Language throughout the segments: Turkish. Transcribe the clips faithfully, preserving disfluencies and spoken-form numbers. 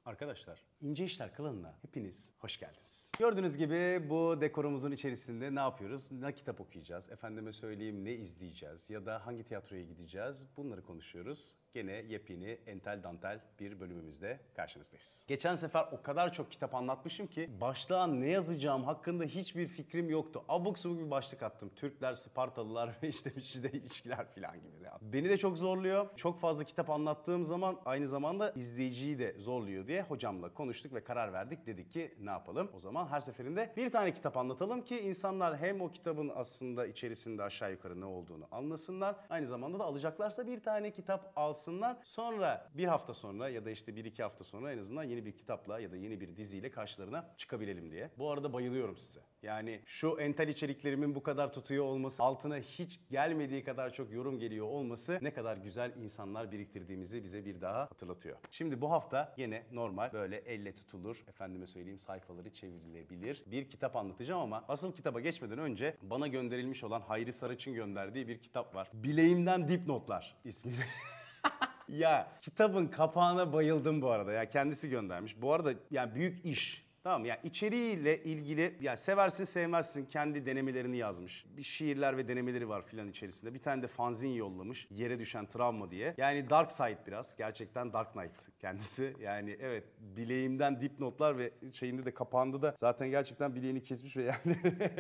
Arkadaşlar, İnce İşler kanalına hepiniz hoş geldiniz. Gördüğünüz gibi bu dekorumuzun içerisinde ne yapıyoruz? Ne kitap okuyacağız? Efendime söyleyeyim ne izleyeceğiz? Ya da hangi tiyatroya gideceğiz? Bunları konuşuyoruz. Gene yepyeni entel dantel bir bölümümüzde karşınızdayız. Geçen sefer o kadar çok kitap anlatmışım ki başlığa ne yazacağım hakkında hiçbir fikrim yoktu. Abuk subuk bir başlık attım. Türkler, Spartalılar ve işte Şile ilişkiler falan gibi. Ya. Beni de çok zorluyor. Çok fazla kitap anlattığım zaman aynı zamanda izleyiciyi de zorluyor diye hocamla konuştuk ve karar verdik. Dedik ki ne yapalım? O zaman her seferinde bir tane kitap anlatalım ki insanlar hem o kitabın aslında içerisinde aşağı yukarı ne olduğunu anlasınlar. Aynı zamanda da alacaklarsa bir tane kitap alsınlar. Sonra bir hafta sonra ya da işte bir iki hafta sonra en azından yeni bir kitapla ya da yeni bir diziyle karşılarına çıkabilelim diye. Bu arada bayılıyorum size. Yani şu entel içeriklerimin bu kadar tutuyor olması, altına hiç gelmediği kadar çok yorum geliyor olması ne kadar güzel insanlar biriktirdiğimizi bize bir daha hatırlatıyor. Şimdi bu hafta yine normal böyle elle tutulur, efendime söyleyeyim sayfaları çevrilebilir bir kitap anlatacağım ama asıl kitaba geçmeden önce bana gönderilmiş olan Hayri Sarıç'ın gönderdiği bir kitap var. Bileğimden Dipnotlar ismiyle. Ya kitabın kapağına bayıldım bu arada. Ya kendisi göndermiş. Bu arada yani büyük iş. Tamam mı? Yani içeriğiyle ilgili ya seversin sevmezsin kendi denemelerini yazmış. Bir şiirler ve denemeleri var filan içerisinde. Bir tane de fanzin yollamış. Yere düşen travma diye. Yani Dark Side biraz. Gerçekten Dark Knight kendisi. Yani evet bileğimden dipnotlar ve şeyinde de kapağında da zaten gerçekten bileğini kesmiş ve yani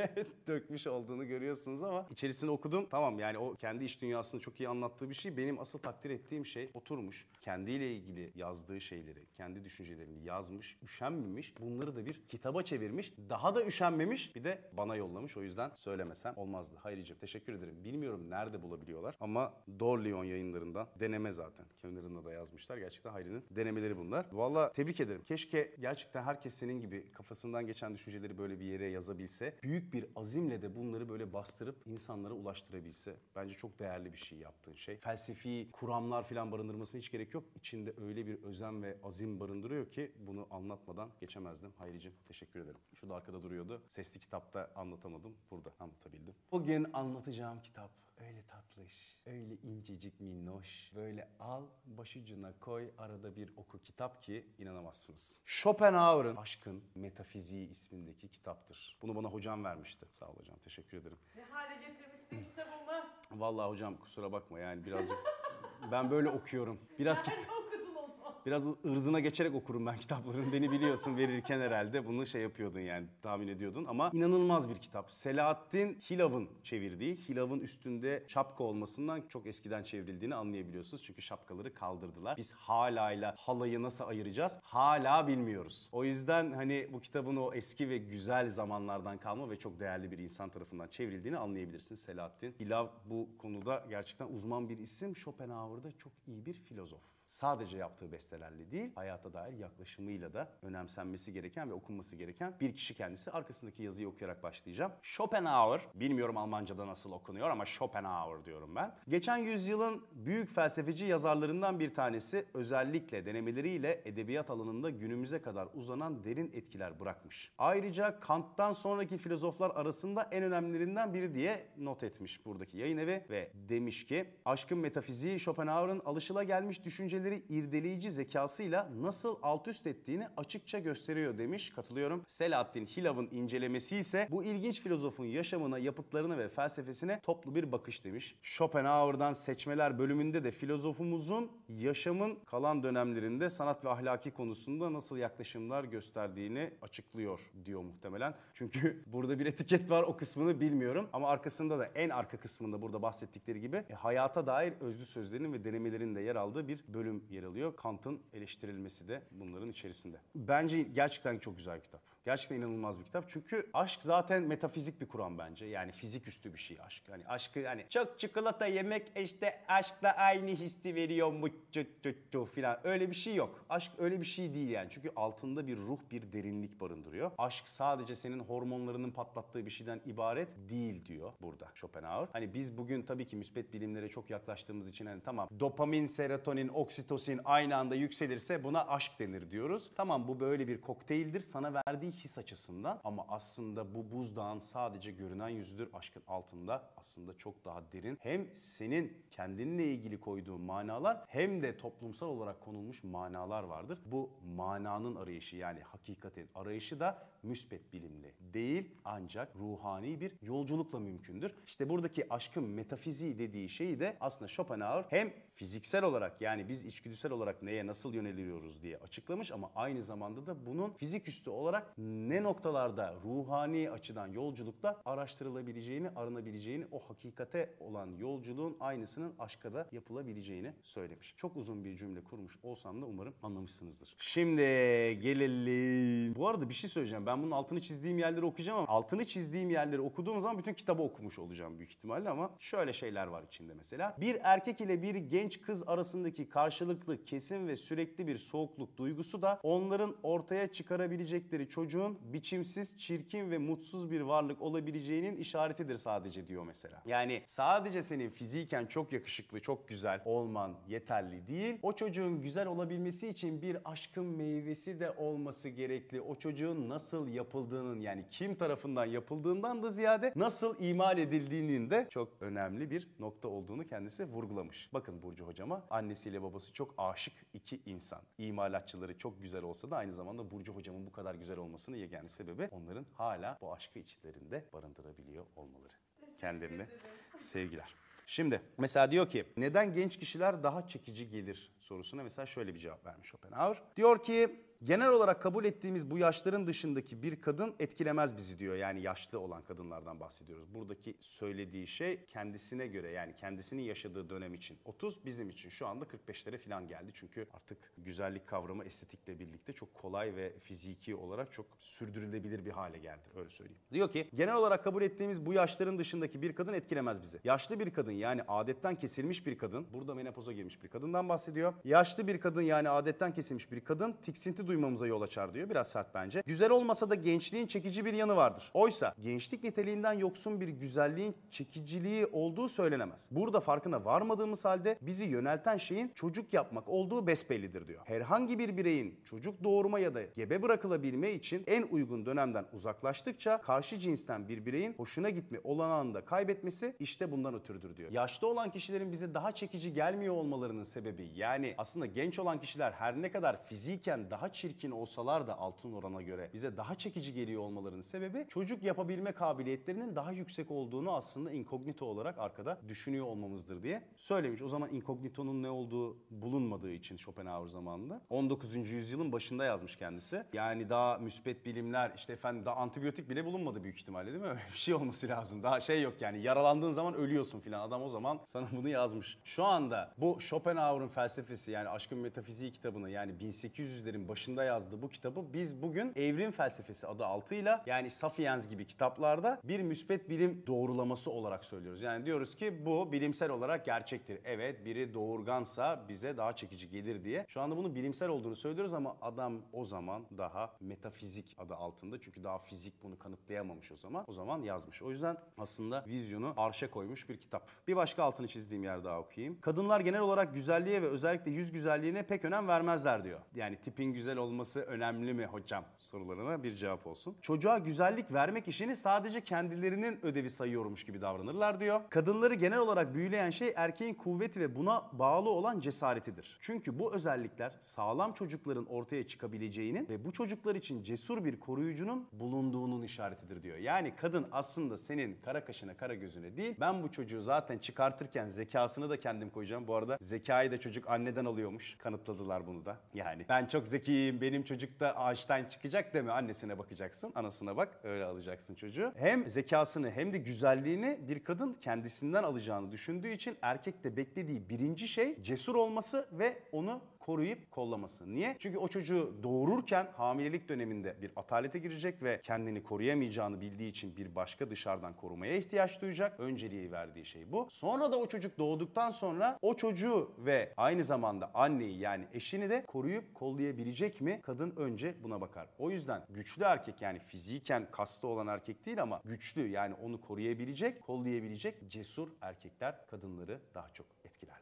dökmüş olduğunu görüyorsunuz ama içerisini okudum. Tamam yani o kendi iç dünyasını çok iyi anlattığı bir şey. Benim asıl takdir ettiğim şey oturmuş. Kendiyle ilgili yazdığı şeyleri, kendi düşüncelerini yazmış. Üşenmemiş. Bunları da bir kitaba çevirmiş. Daha da üşenmemiş. Bir de bana yollamış. O yüzden söylemesem olmazdı. Hayricim teşekkür ederim. Bilmiyorum nerede bulabiliyorlar ama Dorleon yayınlarından deneme zaten. Kenarında da yazmışlar. Gerçekten Hayri'nin denemeleri bunlar. Valla tebrik ederim. Keşke gerçekten herkes senin gibi kafasından geçen düşünceleri böyle bir yere yazabilse. Büyük bir azimle de bunları böyle bastırıp insanlara ulaştırabilse. Bence çok değerli bir şey yaptığın şey. Felsefi kuramlar falan barındırmasına hiç gerek yok. İçinde öyle bir özen ve azim barındırıyor ki bunu anlatmadan geçemezdim. Hayricim teşekkür ederim. Şu da arkada duruyordu. Sesli kitapta anlatamadım. Burada anlatabildim. Bugün anlatacağım kitap öyle tatlış, öyle incecik minnoş. Böyle al başucuna koy arada bir oku kitap ki inanamazsınız. Schopenhauer'ın Aşkın Metafiziği ismindeki kitaptır. Bunu bana hocam vermişti. Sağ ol hocam teşekkür ederim. Ne hale getirmişsin kitabımı? Vallahi hocam kusura bakma yani birazcık ben böyle okuyorum. Biraz kitap. Biraz ırzına geçerek okurum ben kitaplarını. Beni biliyorsun verirken herhalde bunu şey yapıyordun yani tahmin ediyordun. Ama inanılmaz bir kitap. Selahattin Hilav'ın çevirdiği, Hilav'ın üstünde şapka olmasından çok eskiden çevrildiğini anlayabiliyorsunuz. Çünkü şapkaları kaldırdılar. Biz halayla halayı nasıl ayıracağız? Hala bilmiyoruz. O yüzden hani bu kitabın o eski ve güzel zamanlardan kalma ve çok değerli bir insan tarafından çevrildiğini anlayabilirsiniz. Selahattin Hilav bu konuda gerçekten uzman bir isim. Schopenhauer'da çok iyi bir filozof. Sadece yaptığı bestelerle değil, hayata dair yaklaşımıyla da önemsenmesi gereken ve okunması gereken bir kişi kendisi. Arkasındaki yazıyı okuyarak başlayacağım. Schopenhauer, bilmiyorum Almanca'da nasıl okunuyor ama Schopenhauer diyorum ben. Geçen yüzyılın büyük felsefeci yazarlarından bir tanesi, özellikle denemeleriyle edebiyat alanında günümüze kadar uzanan derin etkiler bırakmış. Ayrıca Kant'tan sonraki filozoflar arasında en önemlilerinden biri diye not etmiş buradaki yayın evi ve demiş ki, Aşkın Metafiziği Schopenhauer'ın alışılagelmiş düşünce irdeleyici zekasıyla nasıl alt üst ettiğini açıkça gösteriyor demiş. Katılıyorum. Selahattin Hilav'ın incelemesi ise bu ilginç filozofun yaşamına, yapıtlarına ve felsefesine toplu bir bakış demiş. Schopenhauer'dan seçmeler bölümünde de filozofumuzun yaşamın kalan dönemlerinde sanat ve ahlaki konusunda nasıl yaklaşımlar gösterdiğini açıklıyor diyor muhtemelen. Çünkü burada bir etiket var, o kısmını bilmiyorum ama arkasında da en arka kısmında burada bahsettikleri gibi e, hayata dair özlü sözlerinin ve denemelerin de yer aldığı bir bölüm yer alıyor. Kant'ın eleştirilmesi de bunların içerisinde. Bence gerçekten çok güzel bir kitap. Gerçekten inanılmaz bir kitap. Çünkü aşk zaten metafizik bir kuram bence. Yani fizik üstü bir şey aşk. Hani aşkı hani çok çikolata yemek işte aşkla aynı hissi veriyor mu filan. Öyle bir şey yok. Aşk öyle bir şey değil yani. Çünkü altında bir ruh, bir derinlik barındırıyor. Aşk sadece senin hormonlarının patlattığı bir şeyden ibaret değil diyor burada Schopenhauer. Hani biz bugün tabii ki müspet bilimlere çok yaklaştığımız için hani tamam dopamin, serotonin, oksitosin aynı anda yükselirse buna aşk denir diyoruz. Tamam bu böyle bir kokteyldir. Sana verdiği his açısından, ama aslında bu buzdağın sadece görünen yüzüdür. Aşkın altında aslında çok daha derin, hem senin kendinle ilgili koyduğun manalar hem de toplumsal olarak konulmuş manalar vardır. Bu mananın arayışı, yani hakikatin arayışı da müspet bilimli değil, ancak ruhani bir yolculukla mümkündür. İşte buradaki aşkın metafiziği dediği şeyi de aslında Schopenhauer hem fiziksel olarak, yani biz içgüdüsel olarak neye nasıl yöneliyoruz diye açıklamış, ama aynı zamanda da bunun fiziküstü olarak ne noktalarda ruhani açıdan yolculukla araştırılabileceğini, aranabileceğini, o hakikate olan yolculuğun aynısının aşka da yapılabileceğini söylemiş. Çok uzun bir cümle kurmuş olsam da umarım anlamışsınızdır. Şimdi gelelim. Bu arada bir şey söyleyeceğim. Ben bunun altını çizdiğim yerleri okuyacağım, ama altını çizdiğim yerleri okuduğum zaman bütün kitabı okumuş olacağım büyük ihtimalle, ama şöyle şeyler var içinde mesela. Bir erkek ile bir genç kız arasındaki karşılıklı, kesin ve sürekli bir soğukluk duygusu da onların ortaya çıkarabilecekleri çocuğun biçimsiz, çirkin ve mutsuz bir varlık olabileceğinin işaretidir sadece, diyor mesela. Yani sadece senin fiziken çok yakışıklı, çok güzel olman yeterli değil. O çocuğun güzel olabilmesi için bir aşkın meyvesi de olması gerekli. O çocuğun nasıl yapıldığının, yani kim tarafından yapıldığından da ziyade nasıl imal edildiğinin de çok önemli bir nokta olduğunu kendisi vurgulamış. Bakın Burcu hocama, annesiyle babası çok aşık iki insan. İmalatçıları çok güzel olsa da aynı zamanda Burcu hocamın bu kadar güzel olmasının yegane sebebi onların hala bu aşkı içlerinde barındırabiliyor olmaları. Kendilerine sevgiler. Şimdi mesela diyor ki, neden genç kişiler daha çekici gelir sorusuna mesela şöyle bir cevap vermiş Schopenhauer. Diyor ki, genel olarak kabul ettiğimiz bu yaşların dışındaki bir kadın etkilemez bizi diyor. Yani yaşlı olan kadınlardan bahsediyoruz. Buradaki söylediği şey kendisine göre, yani kendisinin yaşadığı dönem için otuz, bizim için şu anda kırk beşlere falan geldi. Çünkü artık güzellik kavramı estetikle birlikte çok kolay ve fiziki olarak çok sürdürülebilir bir hale geldi, öyle söyleyeyim. Diyor ki, genel olarak kabul ettiğimiz bu yaşların dışındaki bir kadın etkilemez bizi. Yaşlı bir kadın, yani adetten kesilmiş bir kadın, burada menopoza girmiş bir kadından bahsediyor. Yaşlı bir kadın, yani adetten kesilmiş bir kadın tiksinti duymamıza yol açar diyor. Biraz sert bence. Güzel olmasa da gençliğin çekici bir yanı vardır. Oysa gençlik niteliğinden yoksun bir güzelliğin çekiciliği olduğu söylenemez. Burada farkına varmadığımız halde bizi yönelten şeyin çocuk yapmak olduğu besbellidir diyor. Herhangi bir bireyin çocuk doğurma ya da gebe bırakılabilme için en uygun dönemden uzaklaştıkça karşı cinsten bir bireyin hoşuna gitme olanağını da kaybetmesi işte bundan ötürüdür diyor. Yaşlı olan kişilerin bize daha çekici gelmiyor olmalarının sebebi, yani aslında genç olan kişiler her ne kadar fiziken daha çirkin olsalar da altın orana göre bize daha çekici geliyor olmalarının sebebi çocuk yapabilme kabiliyetlerinin daha yüksek olduğunu aslında inkognito olarak arkada düşünüyor olmamızdır diye söylemiş. O zaman inkognitonun ne olduğu bulunmadığı için Schopenhauer zamanında on dokuzuncu yüzyılın başında yazmış kendisi. Yani daha müspet bilimler, işte efendim daha antibiyotik bile bulunmadı büyük ihtimalle, değil mi? Öyle bir şey olması lazım. Daha şey yok yani, yaralandığın zaman ölüyorsun filan. Adam o zaman sana bunu yazmış. Şu anda bu Schopenhauer'ın felsefesi, yani Aşkın Metafiziği kitabını, yani bin sekiz yüzlerin başında yazdığı bu kitabı biz bugün evrim felsefesi adı altıyla, yani Sapiens gibi kitaplarda bir müspet bilim doğrulaması olarak söylüyoruz. Yani diyoruz ki bu bilimsel olarak gerçektir. Evet, biri doğurgansa bize daha çekici gelir diye. Şu anda bunu bilimsel olduğunu söylüyoruz, ama adam o zaman daha metafizik adı altında. Çünkü daha fizik bunu kanıtlayamamış o zaman. O zaman yazmış. O yüzden aslında vizyonu arşa koymuş bir kitap. Bir başka altını çizdiğim yer daha okuyayım. Kadınlar genel olarak güzelliğe ve özellikle yüz güzelliğine pek önem vermezler diyor. Yani tipin güzel olması önemli mi hocam sorularına bir cevap olsun. Çocuğa güzellik vermek işini sadece kendilerinin ödevi sayıyormuş gibi davranırlar diyor. Kadınları genel olarak büyüleyen şey erkeğin kuvveti ve buna bağlı olan cesaretidir. Çünkü bu özellikler sağlam çocukların ortaya çıkabileceğinin ve bu çocuklar için cesur bir koruyucunun bulunduğunun işaretidir diyor. Yani kadın aslında senin kara kaşına kara gözüne değil, ben bu çocuğu zaten çıkartırken zekasını da kendim koyacağım. Bu arada zekayı da çocuk anneden alıyormuş. Kanıtladılar bunu da. Yani ben çok zekiyim, benim çocuk da Einstein çıkacak deme, annesine bakacaksın, anasına bak, öyle alacaksın çocuğu. Hem zekasını hem de güzelliğini bir kadın kendisinden alacağını düşündüğü için erkek de beklediği birinci şey cesur olması ve onu koruyup kollaması. Niye? Çünkü o çocuğu doğururken hamilelik döneminde bir atalete girecek ve kendini koruyamayacağını bildiği için bir başka dışarıdan korumaya ihtiyaç duyacak. Önceliği verdiği şey bu. Sonra da o çocuk doğduktan sonra o çocuğu ve aynı zamanda anneyi, yani eşini de koruyup kollayabilecek mi? Kadın önce buna bakar. O yüzden güçlü erkek, yani fiziken kaslı olan erkek değil ama güçlü, yani onu koruyabilecek, kollayabilecek cesur erkekler kadınları daha çok etkilerler.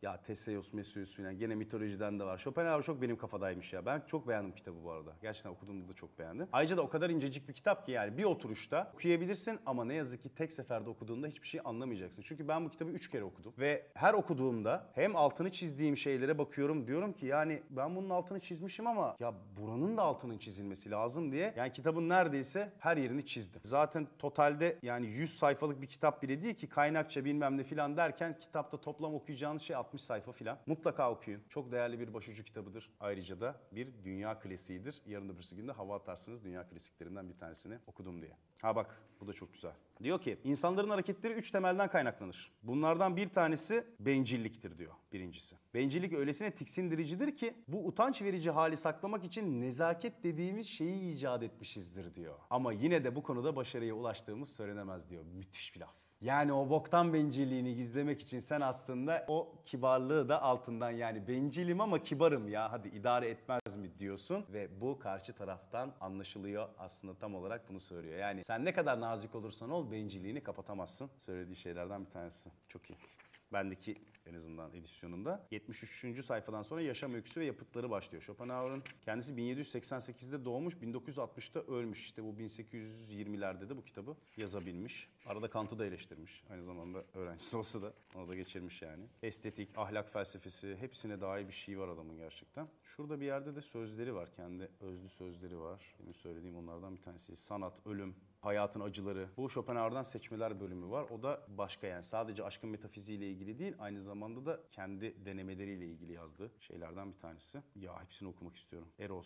Ya Theseus, Meseus falan gene mitolojiden de var. Schopenhauer çok benim kafadaymış ya. Ben çok beğendim kitabı bu arada. Gerçekten okuduğumda da çok beğendim. Ayrıca da o kadar incecik bir kitap ki yani bir oturuşta okuyabilirsin ama ne yazık ki tek seferde okuduğunda hiçbir şey anlamayacaksın. Çünkü ben bu kitabı üç kere okudum ve her okuduğumda hem altını çizdiğim şeylere bakıyorum, diyorum ki yani ben bunun altını çizmişim ama ya buranın da altının çizilmesi lazım diye. Yani kitabın neredeyse her yerini çizdim. Zaten totalde yani yüz sayfalık bir kitap bile değil ki, kaynakça bilmem ne filan derken kitapta toplam okuyacağınız şey altmış sayfa filan. Mutlaka okuyun. Çok değerli bir başucu kitabıdır. Ayrıca da bir dünya klasiğidir. Yarın öbürsü günde hava atarsınız dünya klasiklerinden bir tanesini okudum diye. Ha bak, bu da çok güzel. Diyor ki insanların hareketleri üç temelden kaynaklanır. Bunlardan bir tanesi bencilliktir diyor birincisi. Bencillik öylesine tiksindiricidir ki bu utanç verici hali saklamak için nezaket dediğimiz şeyi icat etmişizdir diyor. Ama yine de bu konuda başarıya ulaştığımız söylenemez diyor. Müthiş bir laf. Yani o boktan bencilliğini gizlemek için sen aslında o kibarlığı da altından, yani bencilim ama kibarım ya hadi idare etmez mi diyorsun ve bu karşı taraftan anlaşılıyor, aslında tam olarak bunu söylüyor. Yani sen ne kadar nazik olursan ol bencilliğini kapatamazsın. Söylediği şeylerden bir tanesi. Çok iyi. Bendeki en azından edisyonunda yetmiş üçüncü sayfadan sonra yaşam öyküsü ve yapıtları başlıyor. Schopenhauer'ın kendisi bin yedi yüz seksen sekizde doğmuş, bin dokuz yüz altmışta ölmüş. İşte bu bin sekiz yüz yirmilerde de bu kitabı yazabilmiş. Arada Kant'ı da eleştirmiş. Aynı zamanda öğrencisi olsa da onu da geçirmiş yani. Estetik, ahlak felsefesi, hepsine dair bir şey var adamın gerçekten. Şurada bir yerde de sözleri var. Kendi özlü sözleri var. Benim söylediğim onlardan bir tanesi. Sanat, ölüm, hayatın acıları. Bu Schopenhauer'dan seçmeler bölümü var. O da başka, yani sadece aşkın metafiziğiyle ilgili değil, aynı zamanda da kendi denemeleriyle ilgili yazdığı şeylerden bir tanesi. Ya hepsini okumak istiyorum.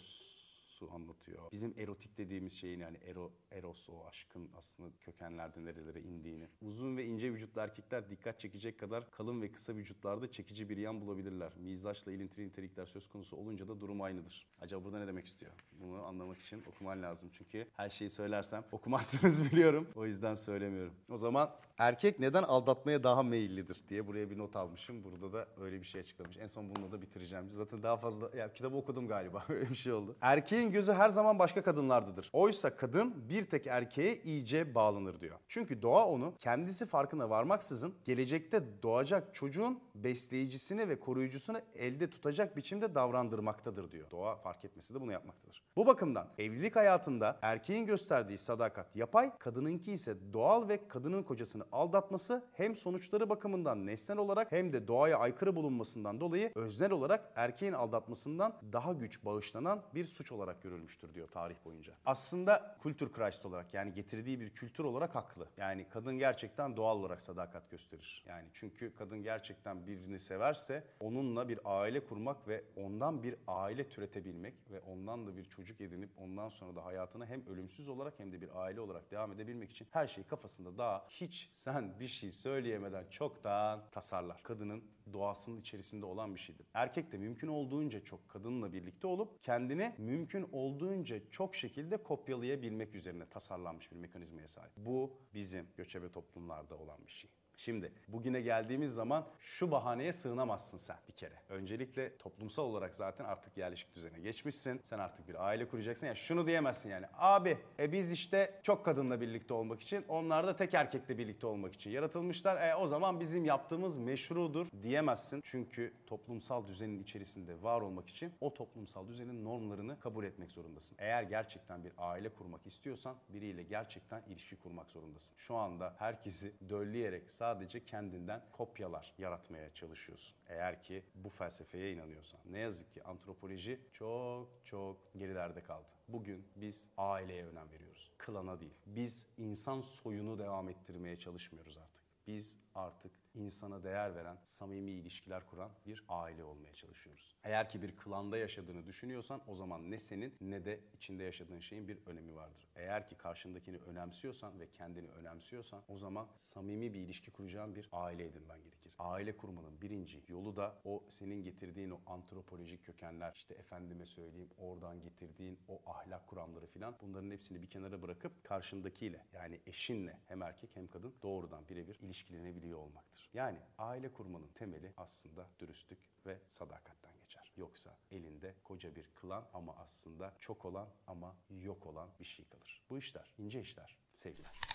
Eros'u anlatıyor. Bizim erotik dediğimiz şeyin, yani ero, eros, o aşkın aslında kökenlerde nerelere indiğini. Uzun ve ince vücutlu erkekler dikkat çekecek kadar kalın ve kısa vücutlarda çekici bir yan bulabilirler. Mizaçla ilintili nitelikler söz konusu olunca da durum aynıdır. Acaba burada ne demek istiyor? Bunu anlamak için okuman lazım. Çünkü her şeyi söylersem okumazsınız biliyorum. O yüzden söylemiyorum. O zaman erkek neden aldatmaya daha meyillidir diye buraya bir not almışım. Burada da öyle bir şey açıklamış. En son bununla da bitireceğim. Zaten daha fazla ya, kitabı okudum galiba. Öyle bir şey oldu. Erkeğin gözü her zaman başka kadınlardadır. Oysa kadın bir tek erkeğe iyice bağlanır diyor. Çünkü doğa onu kendisi farkına varmaksızın gelecekte doğacak çocuğun besleyicisini ve koruyucusunu elde tutacak biçimde davrandırmaktadır diyor. Doğa fark etmesi de bunu yapmaktadır. Bu bakımdan evlilik hayatında erkeğin gösterdiği sadakat yapay, kadınınki ise doğal ve kadının kocasını aldatması hem sonuçları bakımından nesnel olarak hem de doğaya aykırı bulunmasından dolayı öznel olarak erkeğin aldatmasından daha güç bağışlanan bir suç olarak görülmüştür diyor tarih boyunca. Aslında kültür Christ olarak, yani getirdiği bir kültür olarak haklı. Yani kadın gerçekten doğal olarak sadakat gösterir. Yani çünkü kadın gerçekten birini severse onunla bir aile kurmak ve ondan bir aile türetebilmek ve ondan da bir çocuk edinip ondan sonra da hayatına hem ölümsüz olarak hem de bir aile olarak devam edebilmek için her şeyi kafasında daha hiç sen bir şey söyleyemeden çoktan tasarlar. Kadının doğasının içerisinde olan bir şeydir. Erkek de mümkün olduğunca çok kadınla birlikte olup kendini mümkün olduğunca çok şekilde kopyalayabilmek üzerine tasarlanmış bir mekanizmaya sahip. Bu bizim göçebe toplumlarda olan bir şey. Şimdi bugüne geldiğimiz zaman şu bahaneye sığınamazsın sen bir kere. Öncelikle toplumsal olarak zaten artık yerleşik düzene geçmişsin. Sen artık bir aile kuracaksın. Yani şunu diyemezsin yani. Abi e biz işte çok kadınla birlikte olmak için, onlar da tek erkekle birlikte olmak için yaratılmışlar. E o zaman bizim yaptığımız meşrudur diyemezsin. Çünkü toplumsal düzenin içerisinde var olmak için o toplumsal düzenin normlarını kabul etmek zorundasın. Eğer gerçekten bir aile kurmak istiyorsan biriyle gerçekten ilişki kurmak zorundasın. Şu anda herkesi dölleyerek sadece kendinden kopyalar yaratmaya çalışıyorsun. Eğer ki bu felsefeye inanıyorsan. Ne yazık ki antropoloji çok çok gerilerde kaldı. Bugün biz aileye önem veriyoruz. Klana değil. Biz insan soyunu devam ettirmeye çalışmıyoruz artık. Biz artık insana değer veren, samimi ilişkiler kuran bir aile olmaya çalışıyoruz. Eğer ki bir klanda yaşadığını düşünüyorsan o zaman ne senin ne de içinde yaşadığın şeyin bir önemi vardır. Eğer ki karşındakini önemsiyorsan ve kendini önemsiyorsan o zaman samimi bir ilişki kuracağın bir aile edinmen gerekir. Aile kurmanın birinci yolu da o senin getirdiğin o antropolojik kökenler, işte efendime söyleyeyim oradan getirdiğin o ahlak kuramları filan, bunların hepsini bir kenara bırakıp karşındakiyle, yani eşinle, hem erkek hem kadın doğrudan birebir ilişkilenebiliyor olmaktır. Yani aile kurmanın temeli aslında dürüstlük ve sadakatten geçer. Yoksa elinde koca bir klan ama aslında çok olan ama yok olan bir şey kalır. Bu işler ince işler. Sevgiler.